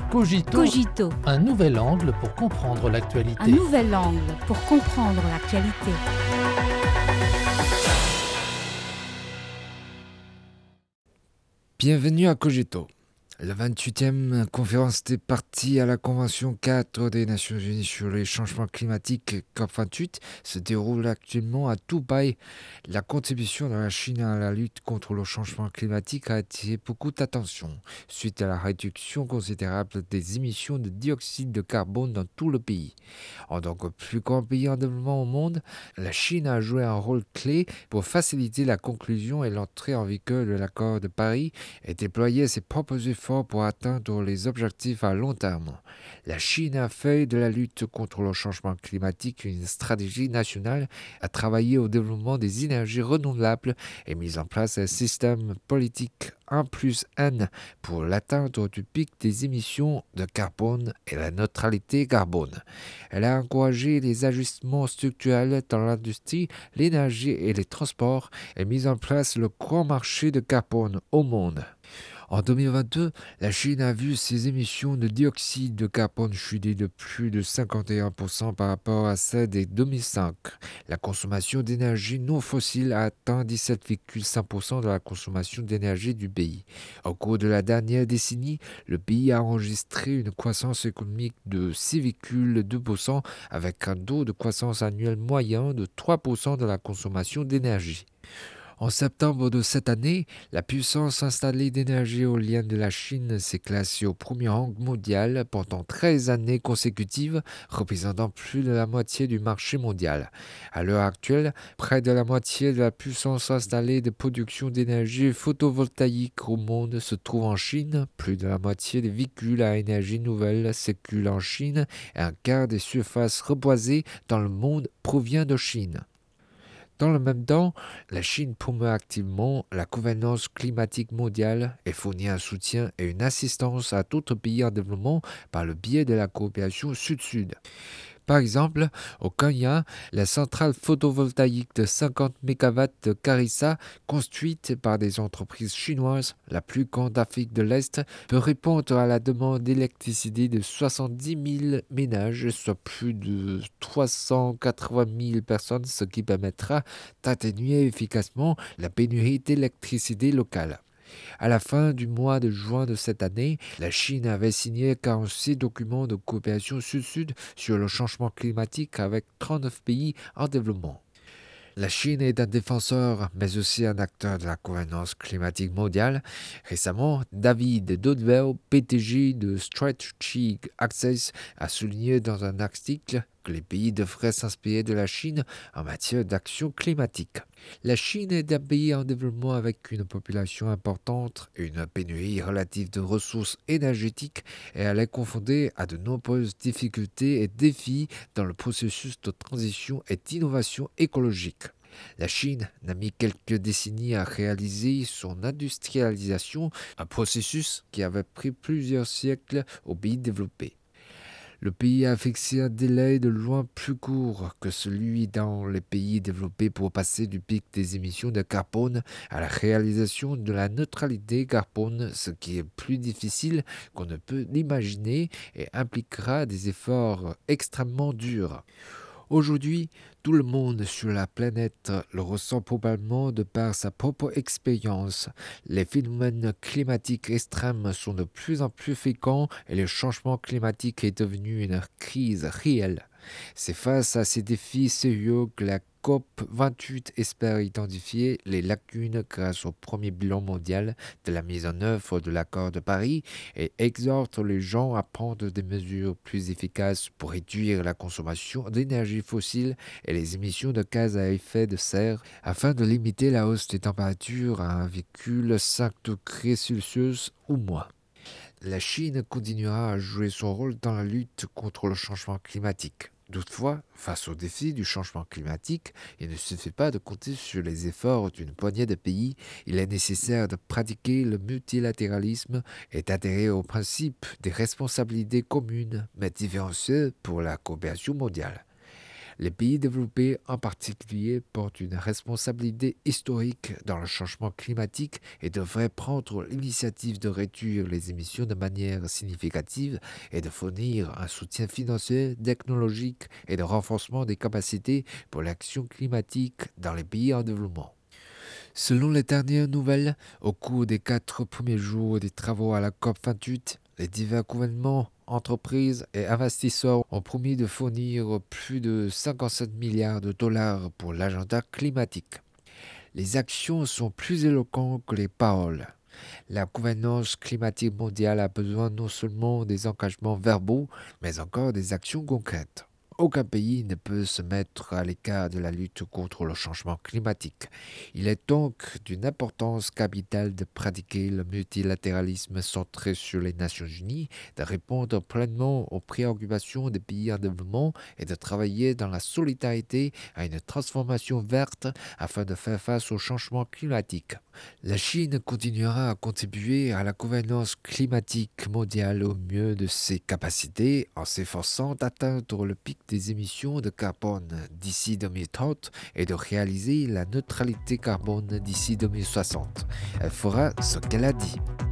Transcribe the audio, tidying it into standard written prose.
Cogito, Cogito, un nouvel angle pour comprendre l'actualité. un nouvel angle pour comprendre l'actualité. Bienvenue à Cogito. La 28e conférence des parties à la Convention 4 des Nations Unies sur les changements climatiques COP28 se déroule actuellement à Dubaï. La contribution de la Chine à la lutte contre le changement climatique a attiré beaucoup d'attention suite à la réduction considérable des émissions de dioxyde de carbone dans tout le pays. En tant que plus grand pays en développement au monde, la Chine a joué un rôle clé pour faciliter la conclusion et l'entrée en vigueur de l'accord de Paris et déployer ses propres efforts pour atteindre les objectifs à long terme. La Chine a fait de la lutte contre le changement climatique une stratégie nationale, a travaillé au développement des énergies renouvelables et mis en place un système politique 1+N pour l'atteinte du pic des émissions de carbone et la neutralité carbone. Elle a encouragé les ajustements structurels dans l'industrie, l'énergie et les transports et mis en place le grand marché de carbone au monde. En 2022, la Chine a vu ses émissions de dioxyde de carbone chuter de plus de 51% par rapport à celles de 2005. La consommation d'énergie non fossile a atteint 17,5% de la consommation d'énergie du pays. Au cours de la dernière décennie, le pays a enregistré une croissance économique de 6,2% avec un taux de croissance annuel moyen de 3% de la consommation d'énergie. En septembre de cette année, la puissance installée d'énergie éolienne de la Chine s'est classée au premier rang mondial pendant 13 années consécutives, représentant plus de la moitié du marché mondial. À l'heure actuelle, près de la moitié de la puissance installée de production d'énergie photovoltaïque au monde se trouve en Chine, plus de la moitié des véhicules à énergie nouvelle circulent en Chine et un quart des surfaces reboisées dans le monde provient de Chine. Dans le même temps, la Chine promeut activement la gouvernance climatique mondiale et fournit un soutien et une assistance à d'autres pays en développement par le biais de la coopération Sud-Sud. Par exemple, au Kenya, la centrale photovoltaïque de 50 MW de Karissa, construite par des entreprises chinoises, la plus grande d'Afrique de l'Est, peut répondre à la demande d'électricité de 70 000 ménages, soit plus de 380 000 personnes, ce qui permettra d'atténuer efficacement la pénurie d'électricité locale. À la fin du mois de juin de cette année, la Chine avait signé 46 documents de coopération Sud-Sud sur le changement climatique avec 39 pays en développement. La Chine est un défenseur, mais aussi un acteur de la gouvernance climatique mondiale. Récemment, David Dodwell, PDG de Strategic Access, a souligné dans un article que les pays devraient s'inspirer de la Chine en matière d'action climatique. La Chine est un pays en développement avec une population importante et une pénurie relative de ressources énergétiques et elle est confrontée à de nombreuses difficultés et défis dans le processus de transition et d'innovation écologique. La Chine n'a mis quelques décennies à réaliser son industrialisation, un processus qui avait pris plusieurs siècles aux pays développés. Le pays a fixé un délai de loin plus court que celui dans les pays développés pour passer du pic des émissions de carbone à la réalisation de la neutralité carbone, ce qui est plus difficile qu'on ne peut l'imaginer et impliquera des efforts extrêmement durs. Aujourd'hui, tout le monde sur la planète le ressent probablement de par sa propre expérience. Les phénomènes climatiques extrêmes sont de plus en plus fréquents et le changement climatique est devenu une crise réelle. C'est face à ces défis sérieux que la COP28 espère identifier les lacunes grâce au premier bilan mondial de la mise en œuvre de l'accord de Paris et exhorte les gens à prendre des mesures plus efficaces pour réduire la consommation d'énergie fossile et les émissions de gaz à effet de serre afin de limiter la hausse des températures à 1,5 degrés Celsius ou moins. La Chine continuera à jouer son rôle dans la lutte contre le changement climatique. Toutefois, face aux défis du changement climatique, il ne suffit pas de compter sur les efforts d'une poignée de pays, il est nécessaire de pratiquer le multilatéralisme et d'adhérer au principe des responsabilités communes mais différenciées pour la coopération mondiale. Les pays développés en particulier portent une responsabilité historique dans le changement climatique et devraient prendre l'initiative de réduire les émissions de manière significative et de fournir un soutien financier, technologique et de renforcement des capacités pour l'action climatique dans les pays en développement. Selon les dernières nouvelles, au cours des 4 premiers jours des travaux à la COP28, les divers gouvernements, entreprises et investisseurs ont promis de fournir plus de 57 milliards de dollars pour l'agenda climatique. Les actions sont plus éloquentes que les paroles. La gouvernance climatique mondiale a besoin non seulement des engagements verbaux, mais encore des actions concrètes. Aucun pays ne peut se mettre à l'écart de la lutte contre le changement climatique. Il est donc d'une importance capitale de pratiquer le multilatéralisme centré sur les Nations Unies, de répondre pleinement aux préoccupations des pays en développement et de travailler dans la solidarité à une transformation verte afin de faire face au changement climatique. La Chine continuera à contribuer à la gouvernance climatique mondiale au mieux de ses capacités en s'efforçant d'atteindre le pic des émissions de carbone d'ici 2030 et de réaliser la neutralité carbone d'ici 2060. Elle fera ce qu'elle a dit.